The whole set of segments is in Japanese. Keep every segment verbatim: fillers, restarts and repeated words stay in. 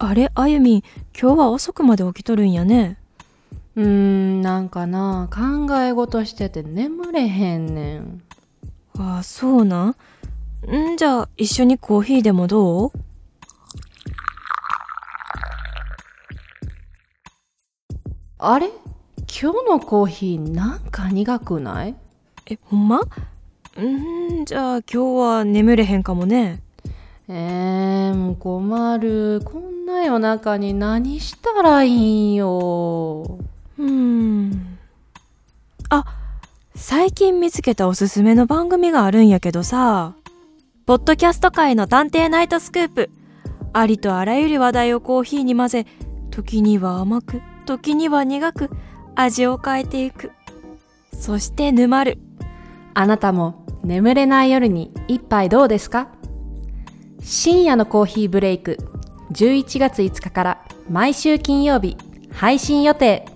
あれ、あゆみ、今日は遅くまで起きとるんやね。 うーん、なんかな、考え事してて眠れへんねん。 ああ、そうなん。んじゃあ、一緒にコーヒーでもどう？ あれ？今日のコーヒーなんか苦くない？ え、ほんま？んじゃあ、今日は眠れへんかもね。 えー、もう困る。こんな夜中に何したらいいんよ。 うーん。あ、最近見つけたおすすめの番組があるんやけどさ、ポッドキャスト界の探偵ナイトスクープ。ありとあらゆる話題をコーヒーに混ぜ、時には甘く、時には苦く、味を変えていく。そして沼る。 あなたも眠れない夜に一杯どうですか？深夜のコーヒーブレイク、じゅういちがついつかから毎週金曜日配信予定。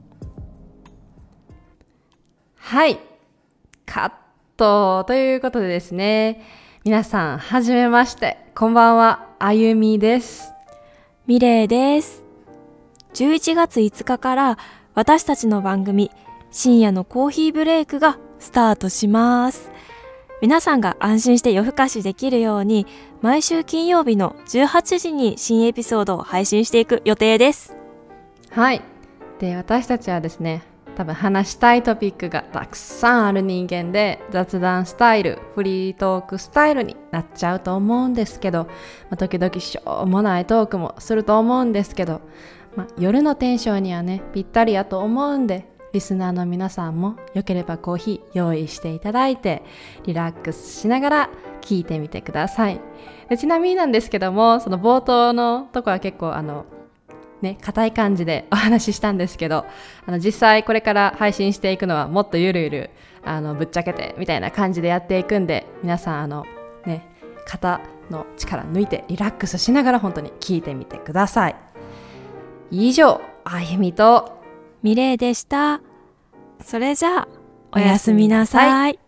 はい、カットということでですね、皆さんはじめまして、こんばんは、あゆみです。 ミレイです。じゅういちがついつかから私たちの番組深夜のコーヒーブレイクがスタートします。皆さんが安心して夜更かしできるように毎週金曜日のじゅうはちじに新エピソードを配信していく予定です。 はい。で、私たちはですね、多分話したいトピックがたくさんある人間で、雑談スタイル、フリートークスタイルになっちゃうと思うんですけど、まあ、時々しょうもないトークもすると思うんですけど、まあ、夜のテンションにはね、ぴったりやと思うんで、リスナーの皆さんもよければコーヒー用意していただいて、リラックスしながら聞いてみてください。で、ちなみになんですけども、その冒頭のとこは結構あの、ね、硬い感じでお話ししたんですけど、あの実際これから配信していくのはもっとゆるゆるあのぶっちゃけてみたいな感じでやっていくんで、皆さんあのね、肩の力抜いてリラックスしながら本当に聞いてみてください。以上、あゆみとミレイでした。それじゃあおやすみなさい。